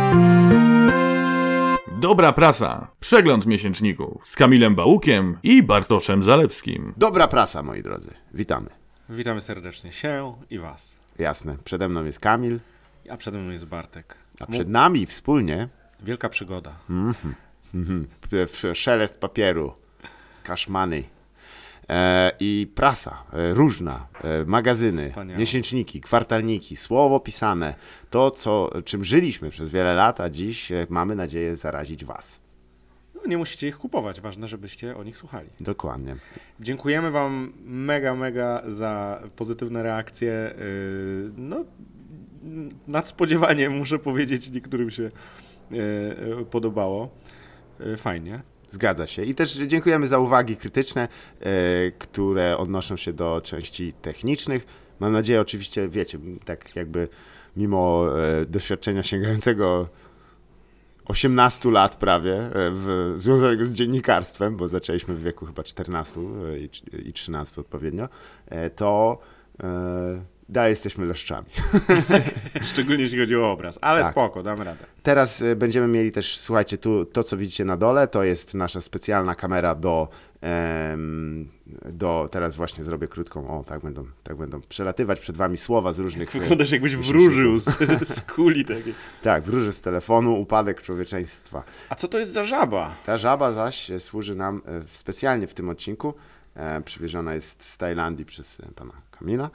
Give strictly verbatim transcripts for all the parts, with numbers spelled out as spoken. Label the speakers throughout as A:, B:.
A: Dobra prasa. Przegląd miesięczników z Kamilem Bałukiem i Bartoszem Zalewskim.
B: Dobra prasa, moi drodzy. Witamy.
C: Witamy serdecznie się i was.
B: Jasne. Przede mną jest Kamil.
C: A przede mną jest Bartek.
B: A przed nami wspólnie...
C: Wielka przygoda.
B: Mm-hmm. Mm-hmm. Szelest papieru. Cash money. E, I prasa. E, różna. E, magazyny.
C: Wspaniałe.
B: Miesięczniki. Kwartalniki. Słowo pisane. To, co, czym żyliśmy przez wiele lat, a dziś e, mamy nadzieję zarazić was.
C: No, nie musicie ich kupować. Ważne, żebyście o nich słuchali.
B: Dokładnie.
C: Dziękujemy wam mega, mega za pozytywne reakcje. Yy, no, nadspodziewanie muszę powiedzieć, niektórym się yy, podobało. Yy, fajnie.
B: Zgadza się. I też dziękujemy za uwagi krytyczne, e, które odnoszą się do części technicznych. Mam nadzieję, oczywiście, wiecie, tak jakby mimo e, doświadczenia sięgającego osiemnastu lat prawie, e, w, związanego z dziennikarstwem, bo zaczęliśmy w wieku chyba czternastu e, i, i trzynastu odpowiednio, e, to e, dalej jesteśmy leszczami.
C: Szczególnie jeśli chodzi o obraz, ale
B: Tak.
C: spoko, damy radę.
B: Teraz y, będziemy mieli też, słuchajcie, tu to, co widzicie na dole, to jest nasza specjalna kamera do, em, do teraz właśnie zrobię krótką, o tak będą, tak będą przelatywać przed wami słowa z różnych...
C: Wyglądasz jakbyś
B: miesięczników.
C: wróżył z, z kuli takiej.
B: Tak, wróżę z telefonu, upadek człowieczeństwa.
C: A co to jest za żaba?
B: Ta żaba zaś e, służy nam e, w- specjalnie w tym odcinku, e, przywieziona jest z Tajlandii przez e, pana Kamila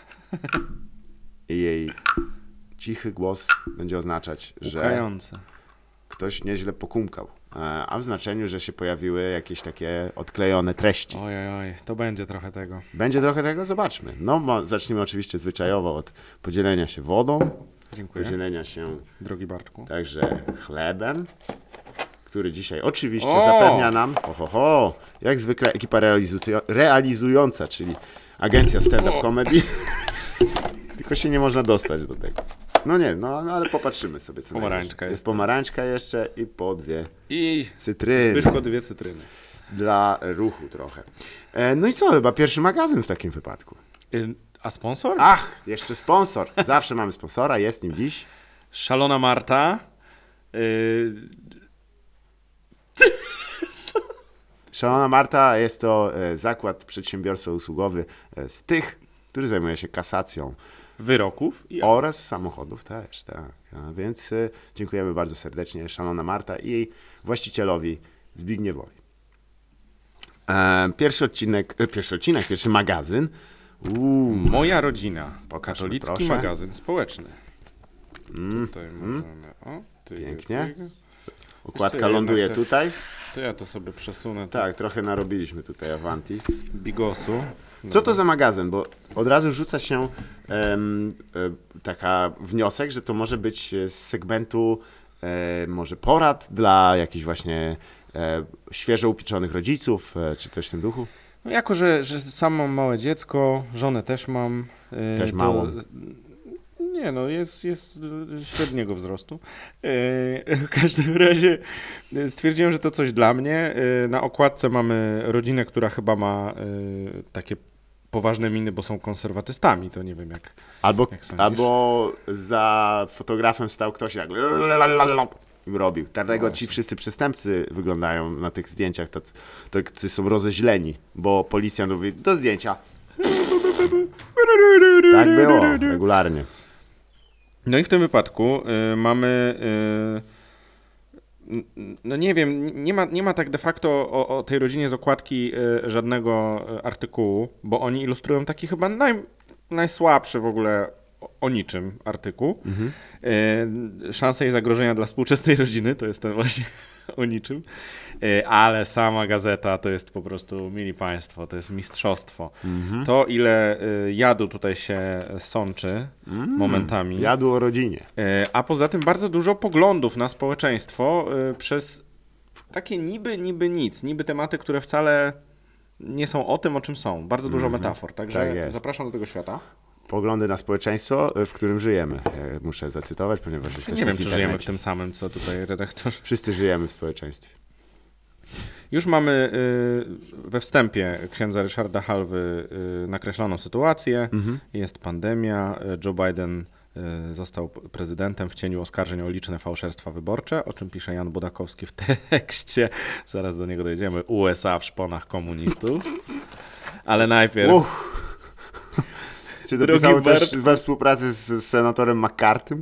B: i jej cichy głos będzie oznaczać, że...
C: Łukające.
B: ktoś nieźle pokumkał, e, a w znaczeniu, że się pojawiły jakieś takie odklejone treści.
C: Oj, oj, oj, to będzie trochę tego.
B: Będzie trochę tego? Zobaczmy. No, bo zacznijmy oczywiście zwyczajowo od podzielenia się wodą,
C: Dziękuję,
B: podzielenia się
C: drogi Bartku.
B: także chlebem, który dzisiaj oczywiście
C: O!
B: zapewnia nam, ho, ho, ho, jak zwykle ekipa realizujo- realizująca, czyli agencja stand-up
C: O!
B: comedy, tylko się nie można dostać do tego. No nie, no, no ale popatrzymy sobie. Co
C: Pomarańczka
B: najwyżej.
C: jest.
B: Jest pomarańczka jeszcze i po dwie
C: I
B: cytryny.
C: Zbyszko dwie cytryny.
B: Dla ruchu trochę. E, no i co, chyba pierwszy magazyn w takim wypadku.
C: Y, A sponsor?
B: Ach, jeszcze sponsor. Zawsze mamy sponsora, jest nim dziś.
C: Szalona Marta. Y,
B: Szalona Marta jest to e, zakład przedsiębiorstwa usługowy e, z tych, który zajmuje się kasacją
C: Wyroków i
B: oraz samochodów też, tak. A więc e, dziękujemy bardzo serdecznie Szalona Marta i jej właścicielowi Zbigniewowi. E, pierwszy odcinek, e, pierwszy odcinek, pierwszy magazyn. Uuu,
C: Moja rodzina.
B: Pokażmy,
C: Katolicki
B: proszę.
C: magazyn społeczny.
B: Mm,
C: Tutaj
B: mm.
C: możemy. O, ty,
B: Pięknie.
C: ty,
B: Okładka
C: Jeszcze
B: ląduje
C: jednak te-
B: tutaj.
C: to ja to sobie przesunę.
B: Tak, trochę narobiliśmy tutaj Avanti.
C: Bigosu.
B: Co to za magazyn? Bo od razu rzuca się em, e, taka wniosek, że to może być z segmentu e, może porad dla jakichś właśnie e, świeżo upieczonych rodziców, e, czy coś w tym duchu.
C: No jako, że, że sam mam małe dziecko, żonę też mam. y,
B: Też
C: to-
B: małą.
C: Nie no, jest, jest y, średniego wzrostu. Y, W każdym razie y, stwierdziłem, że to coś dla mnie. Y, Na okładce mamy rodzinę, która chyba ma y, takie poważne miny, bo są konserwatystami. To nie wiem jak.
B: Albo,
C: Jak sądzisz?
B: albo za fotografem stał ktoś jak robił. Dlatego ci
C: Właśnie.
B: wszyscy przestępcy wyglądają na tych zdjęciach, tacy, tacy są rozeźleni, bo policjant mówi do zdjęcia. Tak było, regularnie.
C: No i w tym wypadku y, mamy, y, n- no nie wiem, nie ma, nie ma tak de facto o, o tej rodzinie z okładki y, żadnego y, artykułu, bo oni ilustrują taki chyba naj, najsłabszy w ogóle o, o niczym artykuł.
B: Mhm.
C: Y, szanse i zagrożenia dla współczesnej rodziny, to jest ten właśnie o niczym, y, ale sama gazeta to jest po prostu, mili państwo, to jest mistrzostwo.
B: Mhm.
C: To ile y, jadu tutaj się sączy momentami.
B: Jadł o rodzinie.
C: E, A poza tym bardzo dużo poglądów na społeczeństwo e, przez takie niby, niby nic, niby tematy, które wcale nie są o tym, o czym są. Bardzo dużo
B: Mhm.
C: metafor, także
B: Tak jest.
C: zapraszam do tego świata.
B: Poglądy na społeczeństwo, w którym żyjemy. E, Muszę zacytować, ponieważ jesteśmy
C: Nie wiem,
B: w
C: czy żyjemy w
B: internecie.
C: tym samym, co tutaj redaktor.
B: Wszyscy żyjemy w społeczeństwie.
C: Już mamy y, we wstępie księdza Ryszarda Halwy y, nakreśloną sytuację.
B: Mhm.
C: Jest pandemia, y, Joe Biden y, został prezydentem w cieniu oskarżeń o liczne fałszerstwa wyborcze, o czym pisze Jan Bodakowski w tekście, zaraz do niego dojdziemy, U S A w szponach komunistów. Ale najpierw...
B: Uff. Czy
C: Drogi
B: dopisało też
C: Bartku.
B: we współpracy z, z senatorem McCarthym?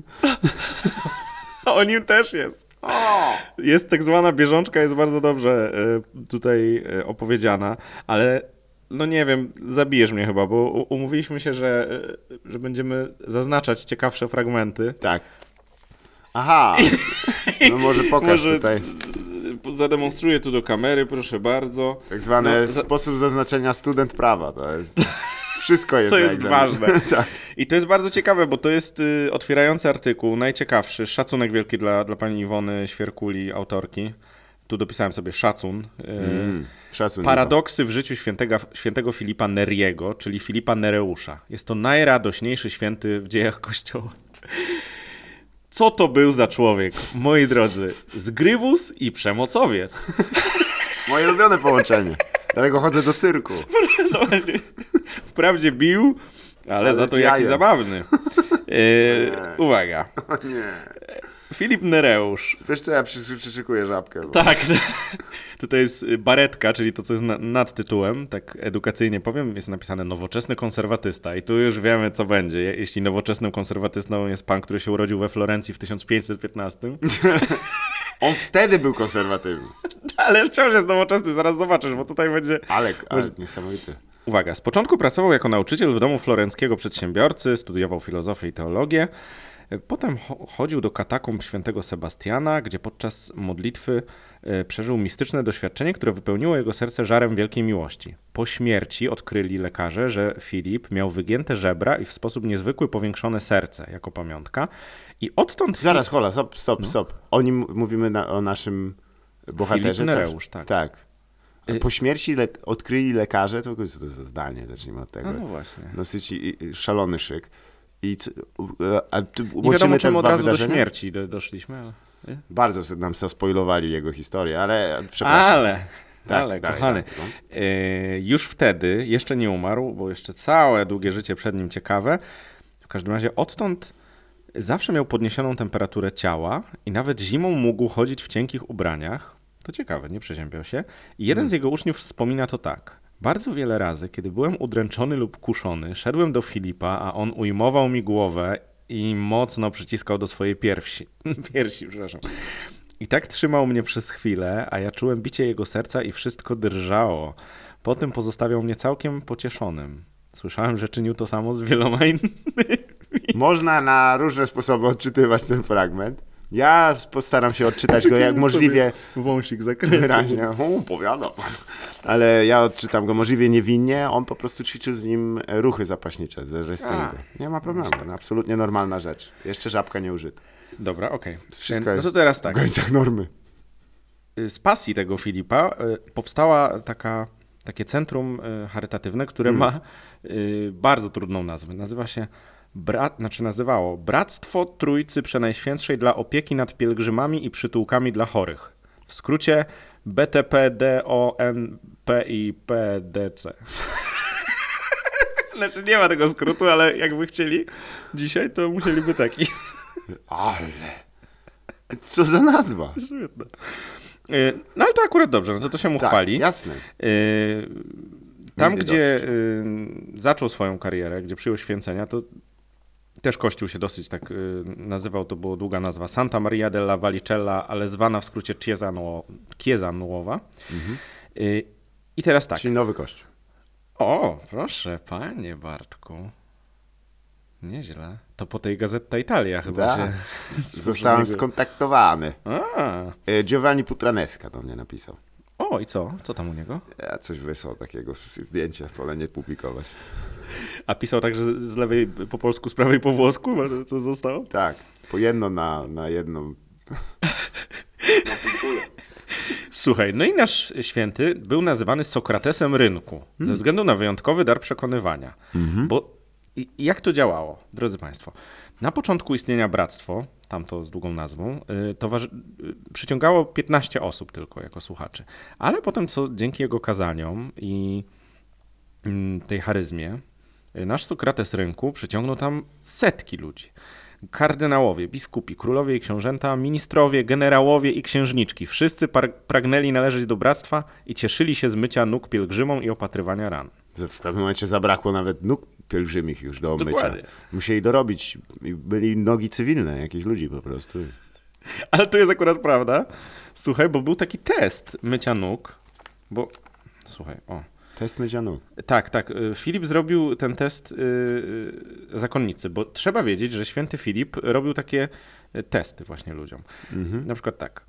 C: O nim też jest. Jest tak zwana bieżączka, jest bardzo dobrze y, tutaj y, opowiedziana, ale no nie wiem, zabijesz mnie chyba, bo u- umówiliśmy się, że, y, że będziemy zaznaczać ciekawsze fragmenty.
B: Tak. Aha. No może pokaż
C: Może
B: tutaj.
C: y, zademonstruję tu do kamery, proszę bardzo.
B: Tak zwany
C: No, za-
B: sposób zaznaczenia student prawa. To jest... Wszystko jest
C: Co
B: na
C: jest
B: egzaminie.
C: ważne.
B: Tak.
C: I to jest bardzo ciekawe, bo to jest y, otwierający artykuł, najciekawszy. Szacunek wielki dla, dla pani Iwony Świerkuli, autorki. Tu dopisałem sobie szacun. Y,
B: Mm, szacun.
C: Paradoksy w życiu świętego, świętego Filipa Neriego, czyli Filipa Nereusza. Jest to najradośniejszy święty w dziejach Kościoła. Co to był za człowiek, moi drodzy? Zgrywus i przemocowiec.
B: Moje ulubione połączenie. Dlatego chodzę do cyrku.
C: No właśnie, wprawdzie bił, ale,
B: Ale
C: za
B: z
C: to jaki
B: jajem.
C: zabawny. E, uwaga.
B: O nie.
C: Filip Nereusz.
B: Wiesz co, ja przy, przyszykuję żabkę. Bo...
C: Tak, tutaj jest baretka, czyli to, co jest na, nad tytułem, tak edukacyjnie powiem, jest napisane nowoczesny konserwatysta i tu już wiemy, co będzie. Je- Jeśli nowoczesnym konserwatystą jest pan, który się urodził we Florencji w tysiąc pięćset piętnastym,
B: On wtedy był konserwatywny.
C: ale wciąż jest nowoczesny, zaraz zobaczysz, bo tutaj będzie...
B: Ale, ale niesamowity.
C: Uwaga, z początku pracował jako nauczyciel w domu florenckiego przedsiębiorcy, studiował filozofię i teologię. Potem cho- chodził do katakomb świętego Sebastiana, gdzie podczas modlitwy e, przeżył mistyczne doświadczenie, które wypełniło jego serce żarem wielkiej miłości. Po śmierci odkryli lekarze, że Filip miał wygięte żebra i w sposób niezwykły powiększone serce jako pamiątka. I odtąd...
B: Zaraz, hola, stop, stop, stop. O nim mówimy na, o naszym bohaterze.
C: Filip
B: co?
C: Nereusz, tak.
B: Tak. A
C: Y-
B: po śmierci le- odkryli lekarze, to co to jest za zdanie, zacznijmy od tego.
C: A no właśnie.
B: Dosyć i- i szalony szyk. I co, a tu
C: Nie
B: łączymy
C: wiadomo,
B: te
C: czemu od
B: dwa
C: razu do
B: wydarzenia?
C: śmierci do, doszliśmy, ale...
B: Bardzo sobie nam zaspoilowali jego historię, ale przepraszam.
C: Ale,
B: Tak,
C: ale
B: dalej,
C: kochany,
B: dalej, no.
C: e, już wtedy, jeszcze nie umarł, bo jeszcze całe długie życie przed nim ciekawe. W każdym razie odtąd zawsze miał podniesioną temperaturę ciała i nawet zimą mógł chodzić w cienkich ubraniach. To ciekawe, nie przeziębiał się. I jeden z jego uczniów wspomina to tak. Bardzo wiele razy, kiedy byłem udręczony lub kuszony, szedłem do Filipa, a on ujmował mi głowę i mocno przyciskał do swojej piersi. piersi, przepraszam. I tak trzymał mnie przez chwilę, a ja czułem bicie jego serca i wszystko drżało. Potem pozostawiał mnie całkiem pocieszonym. Słyszałem, że czynił to samo z wieloma innymi.
B: Można na różne sposoby odczytywać ten fragment. Ja postaram się odczytać go jak możliwie
C: Wąsik zakręcił.
B: wyraźnie. O, powiadam. Ale ja odczytam go możliwie niewinnie. On po prostu ćwiczył z nim ruchy zapaśnicze ze wrestlingu.
C: A.
B: Nie ma problemu. No, absolutnie normalna rzecz. Jeszcze żabka nie użyta.
C: Dobra, okej.
B: Wszystko
C: No
B: jest
C: to teraz
B: w
C: tak.
B: granicach normy.
C: Z pasji tego Filipa y, powstała taka, takie centrum y, charytatywne, które ma y, bardzo trudną nazwę. Nazywa się, brat, znaczy nazywało Bractwo Trójcy Przenajświętszej dla opieki nad pielgrzymami i przytułkami dla chorych. W skrócie B T P D O N P I P D C. Znaczy nie ma tego skrótu, ale jakby chcieli dzisiaj, to musieliby taki.
B: Ale... Co za nazwa?
C: Świetne. Y, No ale to akurat dobrze, no to to się mu
B: Tak,
C: chwali.
B: jasne.
C: Y, Tam,
B: Nigdy
C: gdzie
B: dosyć.
C: y, zaczął swoją karierę, gdzie przyjął święcenia, to też kościół się dosyć tak y, nazywał, to była długa nazwa, Santa Maria della Vallicella, ale zwana w skrócie Chiesa, Nuo- Chiesa Nuova. Y, I teraz tak.
B: Czyli nowy kościół.
C: O, proszę, panie Bartku. Nieźle. To po tej Gazetta Italia chyba
B: Tak.
C: się...
B: Zostałem skontaktowany.
C: A,
B: E, Giovanni Putranesca do mnie napisał.
C: o, i co? Co tam u niego?
B: Ja coś wysłał takiego zdjęcia, wolę nie publikować.
C: A pisał tak, że z z lewej po polsku, z prawej po włosku? To, to zostało?
B: Tak, po jedno na, na jedną.
C: Słuchaj, no i nasz święty był nazywany Sokratesem rynku ze względu na wyjątkowy dar przekonywania. Bo i- jak to działało, drodzy Państwo? Na początku istnienia bractwo, tamto z długą nazwą, y, towarzy- y, przyciągało piętnaście osób tylko jako słuchaczy. Ale potem, co dzięki jego kazaniom i mm, tej charyzmie, y, nasz Sokrates rynku przyciągnął tam setki ludzi. Kardynałowie, biskupi, królowie i książęta, ministrowie, generałowie i księżniczki. Wszyscy par- pragnęli należeć do bractwa i cieszyli się z mycia nóg pielgrzymom i opatrywania ran.
B: W pewnym momencie zabrakło nawet nóg pielgrzymich już do mycia.
C: Dokładnie.
B: Musieli dorobić. Byli nogi cywilne, jakichś ludzi po prostu.
C: Ale to jest akurat prawda. Słuchaj, bo był taki test mycia nóg, bo... Słuchaj, o...
B: Test mycia nóg.
C: Tak, tak. Filip zrobił ten test yy, zakonnicy, bo trzeba wiedzieć, że święty Filip robił takie testy właśnie ludziom.
B: Mhm.
C: Na przykład tak.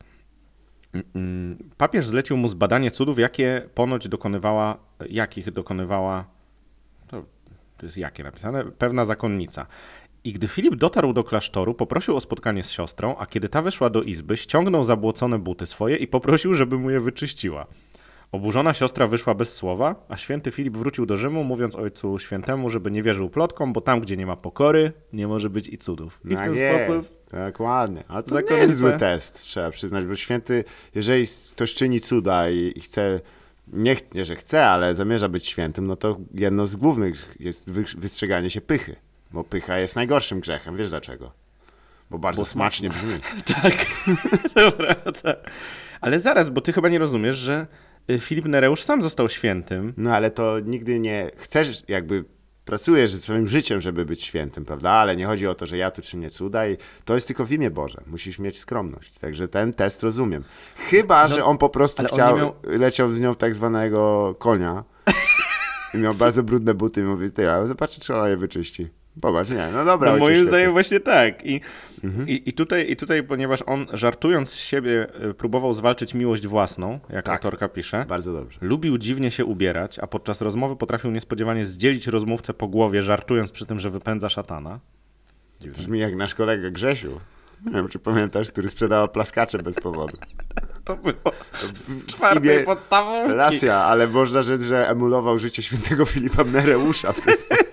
C: Papież zlecił mu zbadanie cudów, jakie ponoć dokonywała, jakich dokonywała, to, to jest jakie napisane, pewna zakonnica. I gdy Filip dotarł do klasztoru, poprosił o spotkanie z siostrą, a kiedy ta weszła do izby, ściągnął zabłocone buty swoje i poprosił, żeby mu je wyczyściła. Oburzona siostra wyszła bez słowa, a święty Filip wrócił do Rzymu, mówiąc ojcu świętemu, żeby nie wierzył plotkom, bo tam, gdzie nie ma pokory, nie może być i cudów. I w
B: Tak
C: ten
B: jest.
C: sposób...
B: Tak, ładnie. Ale to
C: Zakonnice.
B: nie jest zły test, trzeba przyznać, bo święty, jeżeli ktoś czyni cuda i, i chce, nie, ch- nie, że chce, ale zamierza być świętym, no to jedno z głównych jest wy- wystrzeganie się pychy, bo pycha jest najgorszym grzechem. Wiesz dlaczego? Bo bardzo
C: Bo
B: smacznie brzmi.
C: Tak, dobra. Tak. Ale zaraz, bo ty chyba nie rozumiesz, że Filip Nereusz sam został świętym.
B: No ale to nigdy nie chcesz, jakby pracujesz ze swoim życiem, żeby być świętym, prawda? Ale nie chodzi o to, że ja tu czynię cuda i to jest tylko w imię Boże. Musisz mieć skromność. Także ten test rozumiem. Chyba,
C: No,
B: że on po prostu
C: ale on
B: chciał,
C: nie miał-
B: leciał z nią tak zwanego konia i miał bardzo brudne buty i mówi, ty, ale zobaczę, czy ona je wyczyści. Popatrz, nie, no dobra.
C: No
B: ojciec
C: moim
B: święty.
C: zdaniem właśnie tak. I,
B: Mhm.
C: i, i, tutaj, I tutaj, ponieważ on żartując z siebie y, próbował zwalczyć miłość własną, jak
B: Tak.
C: autorka pisze,
B: Bardzo dobrze.
C: lubił dziwnie się ubierać, a podczas rozmowy potrafił niespodziewanie zdzielić rozmówcę po głowie, żartując przy tym, że wypędza szatana. Dziwne.
B: Brzmi jak nasz kolega Grzesiu. Nie wiem, czy pamiętasz, który sprzedała plaskacze bez powodu.
C: To było
B: W
C: czwartej
B: imię-
C: podstawówki.
B: Racja, ale można rzec, że emulował życie świętego Filipa Nereusza w ten sposób.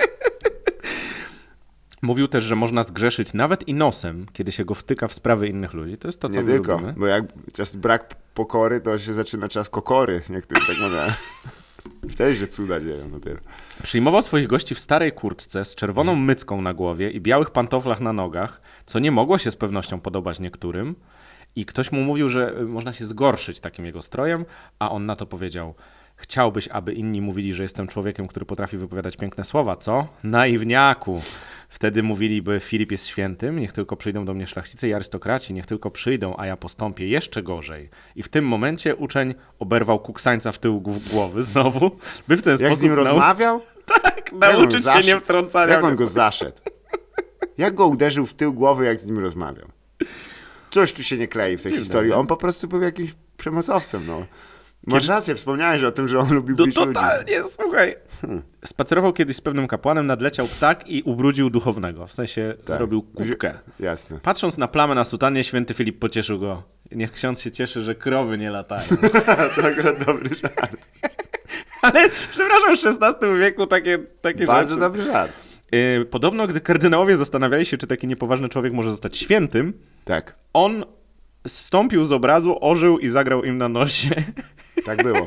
C: Mówił też, że można zgrzeszyć nawet i nosem, kiedy się go wtyka w sprawy innych ludzi. To jest to, co
B: Nie
C: my
B: tylko,
C: lubimy.
B: bo jak czas brak pokory, to się zaczyna czas kokory. Niektórzy tak mówią. Wtedy się cuda dzieją dopiero.
C: Przyjmował swoich gości w starej kurtce z czerwoną mycką na głowie i białych pantoflach na nogach, co nie mogło się z pewnością podobać niektórym. I ktoś mu mówił, że można się zgorszyć takim jego strojem, a on na to powiedział: chciałbyś, aby inni mówili, że jestem człowiekiem, który potrafi wypowiadać piękne słowa, co? Naiwniaku! Wtedy mówiliby, Filip jest świętym, niech tylko przyjdą do mnie szlachcice i arystokraci, niech tylko przyjdą, a ja postąpię jeszcze gorzej. I w tym momencie uczeń oberwał kuksańca w tył gł- głowy znowu, by w ten
B: Jak
C: sposób
B: z nim
C: nau-
B: rozmawiał?
C: tak,
B: Jak on
C: nauczyć się
B: zaszedł?
C: nie wtrącania.
B: Jak on
C: w
B: go
C: nie-
B: zaszedł? Jak go uderzył w tył głowy, jak z nim rozmawiał? Coś tu się nie klei w tej
C: Dziwne,
B: historii.
C: nie?
B: On po prostu był jakimś przemocowcem, no. Masz rację, wspomniałeś o tym, że on lubił
C: No
B: bić ludzi.
C: totalnie, słuchaj. Spacerował kiedyś z pewnym kapłanem, nadleciał ptak i ubrudził duchownego. W sensie
B: Tak.
C: robił kubkę.
B: Jasne.
C: Patrząc na plamę na sutannie, święty Filip pocieszył go. Niech ksiądz się cieszy, że krowy nie latają.
B: To akurat dobry żart.
C: Ale przepraszam, w szesnastym wieku takie, takie
B: Bardzo
C: rzeczy.
B: dobry żart.
C: Yy, podobno, gdy kardynałowie zastanawiali się, czy taki niepoważny człowiek może zostać świętym,
B: Tak,
C: on zstąpił z obrazu, ożył i zagrał im na nosie.
B: tak było.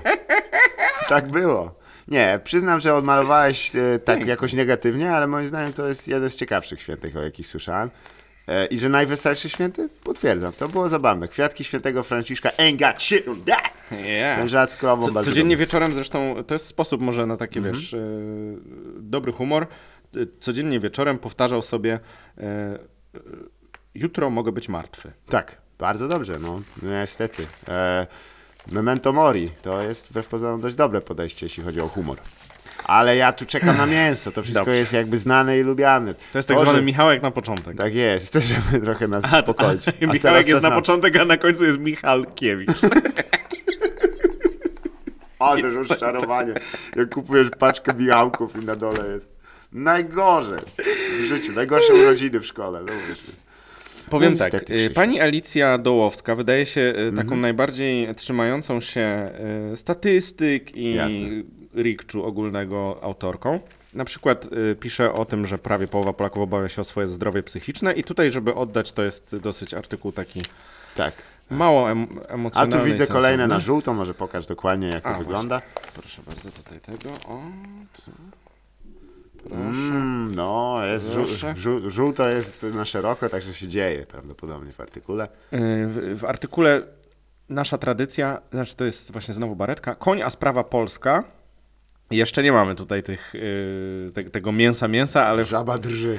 B: Tak było. Nie, przyznam, że odmalowałeś e, tak
C: Pięknie.
B: jakoś negatywnie, ale moim zdaniem to jest jeden z ciekawszych świętych, o jakich słyszałem. E, I że najweselszy święty? Potwierdzam, to było zabawne. Kwiatki świętego Franciszka. Ain't got shit on that.
C: Yeah.
B: Ten żart z krową
C: Co,
B: bardzo
C: codziennie
B: dobry.
C: wieczorem zresztą, to jest sposób może na taki, wiesz, yy, dobry humor. Yy, Codziennie wieczorem powtarzał sobie yy, yy, jutro mogę być martwy.
B: Tak, bardzo dobrze, no. No, niestety. E, Memento mori to jest wbrew pozorom dość dobre podejście, jeśli chodzi o humor. Ale ja tu czekam na mięso, to wszystko
C: Dobrze.
B: jest jakby znane i lubiane.
C: To jest tak zwany Michałek na początek.
B: Tak jest, też żeby trochę nas
C: A,
B: uspokoić.
C: a,
B: A teraz
C: Michałek jest
B: czas
C: na początek, a na końcu jest Michalkiewicz.
B: Ale rozczarowanie. Jak kupujesz paczkę Michałków i na dole jest najgorzej w życiu, najgorsze urodziny w szkole. No, wiesz.
C: Powiem
B: No,
C: tak,
B: niestety,
C: y,
B: Krzysiu.
C: pani Alicja Dołowska wydaje się y, taką najbardziej trzymającą się y, statystyk i
B: Jasne.
C: rikczu ogólnego autorką. Na przykład y, pisze o tym, że prawie połowa Polaków obawia się o swoje zdrowie psychiczne i tutaj, żeby oddać, to jest dosyć artykuł taki
B: Tak.
C: mało em
B: A
C: emocjonalny.
B: tu widzę
C: i
B: kolejne
C: sensowny.
B: na żółto, może pokaż dokładnie jak to
C: A,
B: wygląda.
C: Proszę bardzo, tutaj tego. O, co?
B: Mm, no, jest żół,
C: Proszę.
B: żół, żółto jest na szeroko, także się dzieje prawdopodobnie w artykule.
C: Yy, W, w artykule nasza tradycja, znaczy to jest właśnie znowu baretka, koń, a sprawa polska. Jeszcze nie mamy tutaj tych, yy, te, tego mięsa, mięsa, ale,
B: Żaba drży.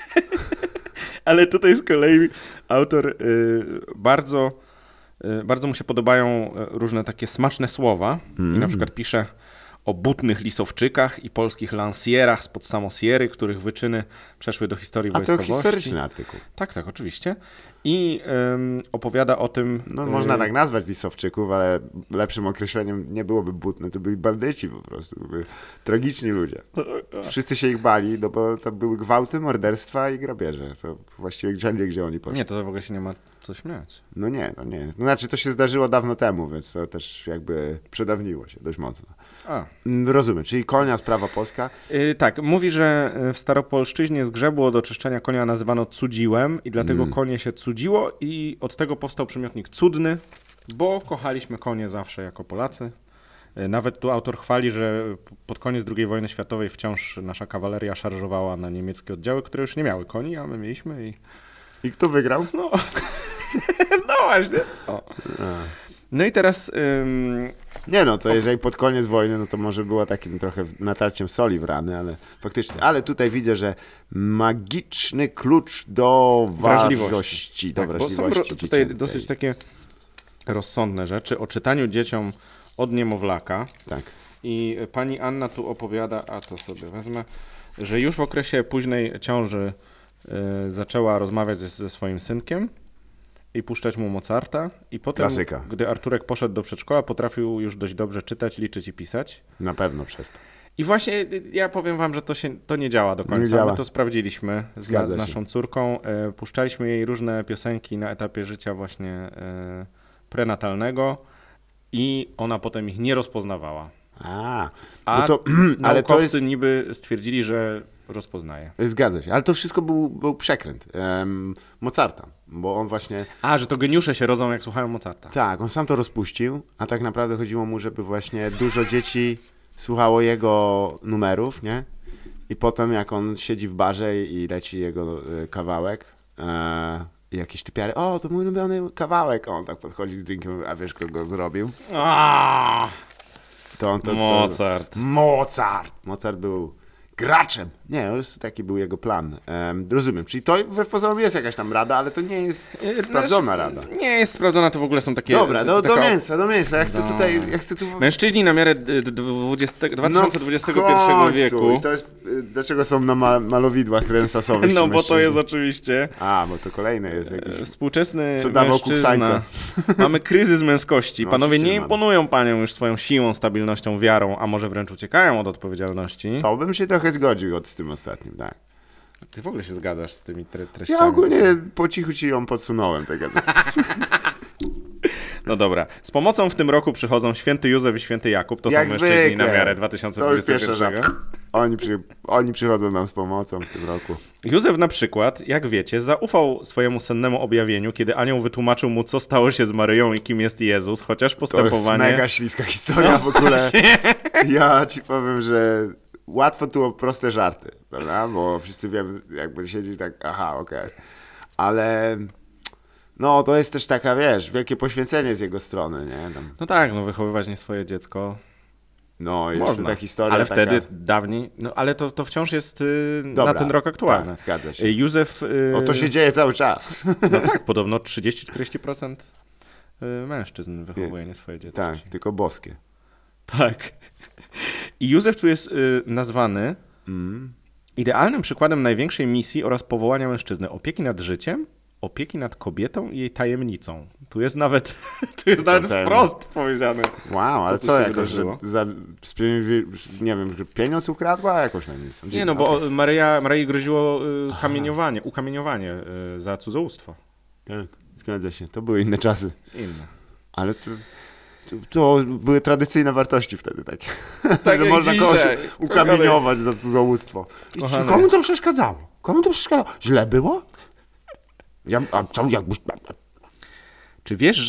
C: ale tutaj z kolei autor yy, bardzo, yy, bardzo mu się podobają różne takie smaczne słowa.
B: Mm.
C: I na przykład pisze o butnych lisowczykach i polskich lansjerach spod Samosiery, których wyczyny przeszły do historii
B: A to
C: wojskowości.
B: historyczny artykuł.
C: Tak, tak, oczywiście. I ym, opowiada o tym...
B: No,
C: y,
B: można tak nazwać lisowczyków, ale lepszym określeniem nie byłoby butne, to byli bandyci po prostu, byli tragiczni ludzie. Wszyscy się ich bali, no bo to były gwałty, morderstwa i grabieże. To właściwie gdzie nie, gdzie oni poszli.
C: Nie, to w ogóle się nie ma co śmiać.
B: No nie, no nie. No znaczy to się zdarzyło dawno temu, więc to też jakby przedawniło się dość mocno.
C: A.
B: Mm, Rozumiem, czyli konia sprawa polska.
C: Yy, tak, mówi, że w Staropolszczyźnie zgrzebło do czyszczenia konia nazywano cudziłem i dlatego
B: Mm.
C: konie się cudziło i od tego powstał przymiotnik cudny, bo kochaliśmy konie zawsze jako Polacy. Yy, Nawet tu autor chwali, że pod koniec drugiej wojny światowej wciąż nasza kawaleria szarżowała na niemieckie oddziały, które już nie miały koni, a my mieliśmy i...
B: I kto wygrał?
C: No, no właśnie. O.
B: A.
C: No i teraz... Ym...
B: Nie no, to jeżeli pod koniec wojny, no to może było takim trochę natarciem soli w rany, ale faktycznie. Ale tutaj widzę, że magiczny klucz do
C: Wrażliwości.
B: wrażliwości. Do
C: Tak, bo są
B: wrażliwości
C: ro- tutaj
B: dziecięcej.
C: dosyć takie rozsądne rzeczy o czytaniu dzieciom od niemowlaka.
B: Tak.
C: I pani Anna tu opowiada, a to sobie wezmę, że już w okresie późnej ciąży y, zaczęła rozmawiać ze, ze swoim synkiem i puszczać mu Mozarta. I potem,
B: Klasyka.
C: gdy Arturek poszedł do przedszkola, potrafił już dość dobrze czytać, liczyć i pisać.
B: Na pewno przez to.
C: I właśnie y, ja powiem wam, że to, się, to nie działa do
B: Nie
C: końca.
B: działa.
C: My to sprawdziliśmy z,
B: Zgadza
C: z
B: się.
C: naszą córką. Y, puszczaliśmy jej różne piosenki na etapie życia właśnie y, prenatalnego i ona potem ich nie rozpoznawała.
B: A,
C: A
B: no to, ale
C: Naukowcy
B: to jest...
C: niby stwierdzili, że rozpoznaje.
B: Zgadza się, ale to wszystko był, był przekręt um, Mozarta, bo on właśnie,
C: A, że to geniusze się rodzą, jak słuchają Mozarta.
B: tak, on sam to rozpuścił, a tak naprawdę chodziło mu, żeby właśnie dużo dzieci słuchało jego numerów, nie? I potem jak on siedzi w barze i leci jego e, kawałek, e, i jakieś typiary, o, to mój ulubiony kawałek, on tak podchodzi z drinkiem, a wiesz, kto go zrobił?
C: A,
B: To on to, to...
C: Mozart.
B: Mozart! Mozart był graczem. Nie, no, jest- taki był jego plan. Em, rozumiem, czyli to wbrew pozorom jest jakaś tam rada, ale to nie jest sprawdzona rada.
C: Nie jest sprawdzona, to w ogóle są takie...
B: Dobra,
C: to-
B: do,
C: to
B: do
C: taka-
B: mięsa, do mięsa. Ja chcę
C: No.
B: tutaj, ja chcę tu...
C: Mężczyźni na miarę d- d- dwudziestego, dwa tysiące dwudziestego
B: No w
C: pierwszego
B: końcu.
C: wieku.
B: I to jest, y, dlaczego są na ma malowidłach renesansowych?
C: No
B: ci
C: bo to
B: mężczyźni?
C: jest oczywiście
B: A, bo to kolejne jest jakieś...
C: e, współczesny
B: Co dawał
C: mężczyzna.
B: kupsańca.
C: Mamy kryzys męskości.
B: No,
C: Panowie
B: oczywiście
C: nie
B: mamy.
C: imponują paniom już swoją siłą, stabilnością, wiarą, a może wręcz uciekają od odpowiedzialności.
B: To bym się trochę zgodził od z tym ostatnim, tak.
C: Ty w ogóle się zgadzasz z tymi tre treściami.
B: Ja ogólnie po cichu ci ją podsunąłem. Tak jakby.
C: No dobra. Z pomocą w tym roku przychodzą święty Józef i święty Jakub. To
B: Jak
C: są mężczyźni
B: zwykle.
C: na miarę dwa tysiące dwudziestego pierwszego.
B: To już pierwsza Oni, przy, oni przychodzą nam z pomocą w tym roku.
C: Józef na przykład, jak wiecie, zaufał swojemu sennemu objawieniu, kiedy anioł wytłumaczył mu, co stało się z Maryją i kim jest Jezus, chociaż
B: To jest
C: postępowanie...
B: mega śliska historia
C: No
B: w ogóle.
C: właśnie.
B: Ja ci powiem, że łatwo tu o proste żarty, prawda? Bo wszyscy wiemy, jakby siedzieć tak, aha, okej. Ale no to jest też taka, wiesz, wielkie poświęcenie z jego strony, nie? Tam,
C: No tak, no wychowywać nie swoje dziecko
B: no i jeszcze
C: można,
B: ta historia
C: ale
B: taka...
C: wtedy, dawniej, no ale to, to wciąż jest y,
B: Dobra,
C: na ten rok aktualne.
B: Tak, zgadza się.
C: Y, Józef... Y,
B: O, to się dzieje cały czas.
C: No tak, podobno trzydzieści do czterdziestu procent y, mężczyzn wychowuje nie swoje dzieci.
B: Tak, tylko boskie.
C: Tak. I Józef tu jest y, nazwany
B: Mm.
C: idealnym przykładem największej misji oraz powołania mężczyzny. Opieki nad życiem, opieki nad kobietą i jej tajemnicą. Tu jest nawet, tu jest nawet
B: tajemnica.
C: wprost powiedziane.
B: Wow, ale
C: tu
B: co,
C: się
B: jakoś, że
C: wydarzyło?
B: za, spieniędzi- nie wiem, że pieniądz ukradła? Jakoś na nic.
C: Nie, no bo Maryja, Maryi groziło y, kamieniowanie, ukamieniowanie y, za cudzołóstwo.
B: Tak, zgadza się. To były inne czasy.
C: Inne.
B: Ale to, to, to były tradycyjne wartości wtedy takie.
C: Tak
B: że
C: jak
B: można kogoś
C: dzisiaj.
B: ukamieniować za cudzołóstwo. I
C: Kochany.
B: komu to przeszkadzało? Komu to przeszkadzało? Źle było? Ja, a co jakbyś...
C: Czy wiesz, że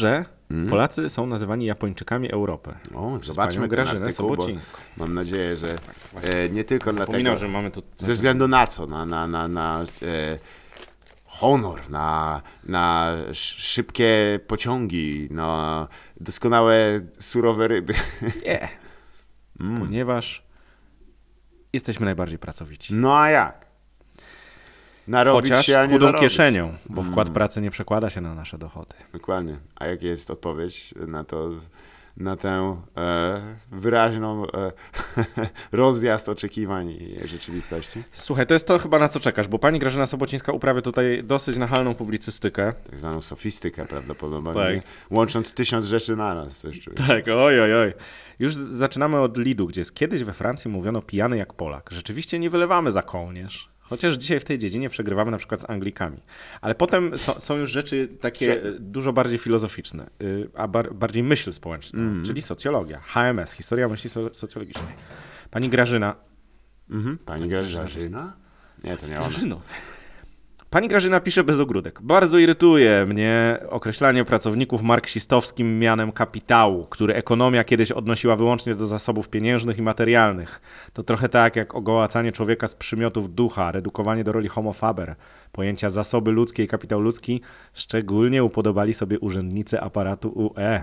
B: Mm.
C: Polacy są nazywani Japończykami Europy.
B: O,
C: Przez
B: zobaczmy
C: panią
B: ten
C: Grażynę
B: artykuł, bo
C: Sobocińską.
B: mam nadzieję, że
C: właśnie.
B: e, nie tylko
C: Zapominam,
B: dlatego,
C: że mamy tu...
B: ze względu na co? Na, na, na, na e, honor, na, na sz- szybkie pociągi, na doskonałe surowe ryby.
C: Nie,
B: Mm.
C: ponieważ jesteśmy najbardziej pracowici.
B: No a jak? Narobić
C: Chociaż
B: się, a
C: z
B: nie
C: chudą
B: zarobić.
C: kieszenią, bo
B: Mm.
C: wkład pracy nie przekłada się na nasze dochody.
B: Dokładnie. A jaka jest odpowiedź na to, na tę e, wyraźną e, rozjazd oczekiwań i rzeczywistości?
C: Słuchaj, to jest to chyba na co czekasz, bo pani Grażyna Sobocińska uprawia tutaj dosyć nachalną publicystykę.
B: Tak zwaną sofistykę prawdopodobnie,
C: Tak.
B: łącząc tysiąc rzeczy naraz. Coś czuję.
C: Tak, oj, oj, oj. Już zaczynamy od lidu, gdzie jest kiedyś we Francji mówiono pijany jak Polak. Rzeczywiście nie wylewamy za kołnierz. Chociaż dzisiaj w tej dziedzinie przegrywamy na przykład z Anglikami. Ale potem są, są już rzeczy takie
B: Świetnie.
C: dużo bardziej filozoficzne, y, a bar, bardziej myśl społeczna,
B: Mhm.
C: czyli socjologia, H M S, historia myśli so, socjologicznej. Pani Grażyna...
B: Mhm. Pani Grażyna? Nie, to nie ona.
C: Grażyno. Pani Grażyna pisze bez ogródek. Bardzo irytuje mnie określanie pracowników marksistowskim mianem kapitału, który ekonomia kiedyś odnosiła wyłącznie do zasobów pieniężnych i materialnych. To trochę tak jak ogołacanie człowieka z przymiotów ducha, redukowanie do roli homo faber. Pojęcia zasoby ludzkie i kapitał ludzki szczególnie upodobali sobie urzędnicy aparatu U E.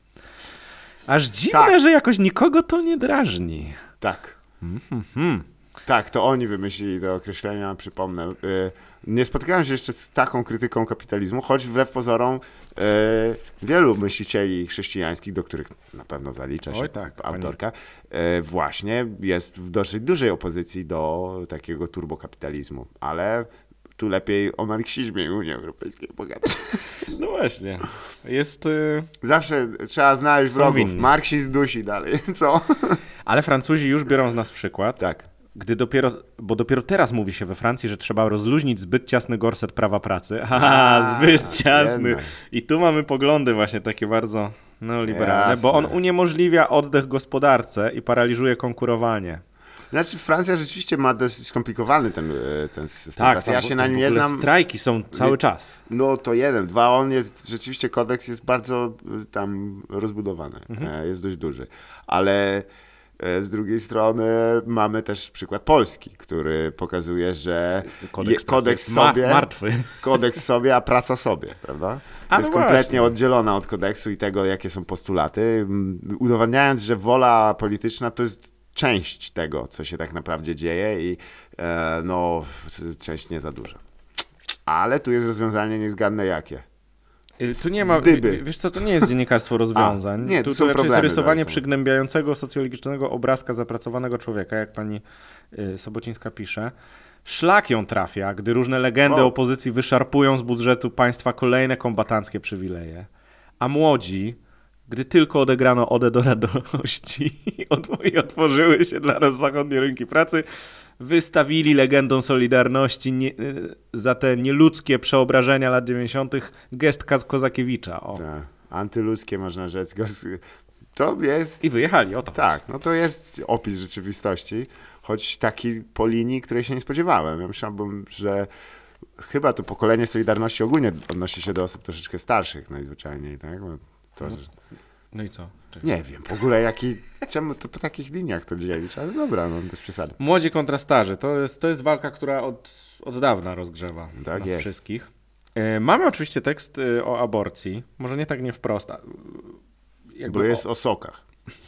C: Aż dziwne,
B: Tak.
C: że jakoś nikogo to nie drażni.
B: Tak.
C: Mhm.
B: Tak, to oni wymyślili te określenia, przypomnę. Y, Nie spotkałem się jeszcze z taką krytyką kapitalizmu, choć wbrew pozorom y, wielu myślicieli chrześcijańskich, do których na pewno zalicza się
C: Oj tak,
B: autorka, y, właśnie jest w dosyć dużej opozycji do takiego turbokapitalizmu, ale tu lepiej o marksizmie i Unii Europejskiej pogadać.
C: No właśnie. Jest... y,
B: Zawsze trzeba znaleźć
C: Są
B: wrogów.
C: winni.
B: Marksizm dusi dalej, co?
C: Ale Francuzi już biorą z nas przykład.
B: Tak.
C: Gdy dopiero, bo dopiero teraz mówi się we Francji, że trzeba rozluźnić zbyt ciasny gorset prawa pracy. Haha,
B: A,
C: zbyt ciasny.
B: jednak.
C: I tu mamy poglądy właśnie takie bardzo neoliberalne,
B: Jasne.
C: bo on uniemożliwia oddech gospodarce i paraliżuje konkurowanie.
B: Znaczy Francja rzeczywiście ma dosyć skomplikowany ten, y, ten system
C: Tak,
B: pracy.
C: tam,
B: Ja się
C: tam
B: na nim
C: w
B: nie
C: ogóle
B: znam.
C: strajki są cały
B: Nie-
C: czas.
B: No to jeden. Dwa, on jest, rzeczywiście kodeks jest bardzo y, tam rozbudowany.
C: Mhm.
B: E, Jest dość duży. Ale e, z drugiej strony mamy też przykład Polski, który pokazuje, że
C: Kodeks,
B: je, kodeks
C: jest ma-
B: sobie,
C: martwy.
B: kodeks sobie, a praca sobie, prawda?
C: A
B: jest
C: no
B: kompletnie
C: właśnie.
B: oddzielona od kodeksu i tego, jakie są postulaty, m, udowadniając, że wola polityczna to jest część tego, co się tak naprawdę dzieje i e, no, część nie za duża. Ale tu jest rozwiązanie niezgadne jakie.
C: Y, Tu nie ma,
B: Gdyby.
C: w- wiesz co, to nie jest dziennikarstwo rozwiązań.
B: A, nie, to
C: tu,
B: są
C: tu raczej
B: problemy
C: zarysowanie
B: dalej są.
C: przygnębiającego socjologicznego obrazka zapracowanego człowieka, jak pani y, Sobocińska pisze. Szlak ją trafia, gdy różne legendy
B: O.
C: opozycji wyszarpują z budżetu państwa kolejne kombatanckie przywileje. A młodzi, gdy tylko odegrano Odę do radości i otworzyły się dla nas zachodnie rynki pracy, wystawili legendą Solidarności nie, y, za te nieludzkie przeobrażenia lat dziewięćdziesiątych gest Kaz- Kozakiewicza. O.
B: Te antyludzkie można rzec. gos- To jest,
C: I wyjechali, o to.
B: tak, no to jest opis rzeczywistości, choć taki po linii, której się nie spodziewałem. Ja myślałbym, że chyba to pokolenie Solidarności ogólnie odnosi się do osób troszeczkę starszych najzwyczajniej, tak? Bo To, że...
C: No i co? Czekaj.
B: Nie wiem, w ogóle jaki, czemu to po takich liniach to dzielić, ale dobra, no bez przesady.
C: Młodzi kontra starzy. To jest, to jest walka, która od, od dawna rozgrzewa
B: Tak
C: nas
B: jest.
C: wszystkich. E, Mamy oczywiście tekst y, o aborcji. Może nie tak nie wprost. a, y, jakby
B: Bo jest
C: o,
B: o sokach.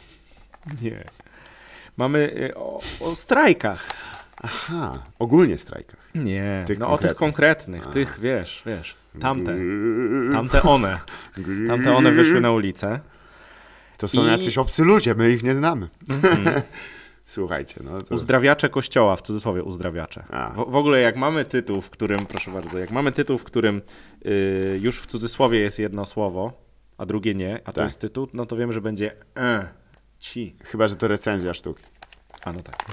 C: nie. Mamy y, o, o strajkach.
B: Aha, ogólnie strajkach.
C: Nie,
B: Tych
C: no o tych
B: konkretnych.
C: konkretnych,
B: A.
C: tych wiesz, wiesz, tamte,
B: Grrr.
C: tamte one, tamte one wyszły na ulicę.
B: To są
C: I-
B: jacyś obcy ludzie, my ich nie znamy.
C: Mhm.
B: Słuchajcie, no to...
C: Uzdrawiacze kościoła, w cudzysłowie uzdrawiacze.
B: A.
C: W, w ogóle jak mamy tytuł, w którym, proszę bardzo, jak mamy tytuł, w którym y, już w cudzysłowie jest jedno słowo, a drugie nie, a to
B: Tak.
C: jest tytuł, no to wiem, że będzie e, ci.
B: Chyba, że to recenzja sztuki.
C: A no tak.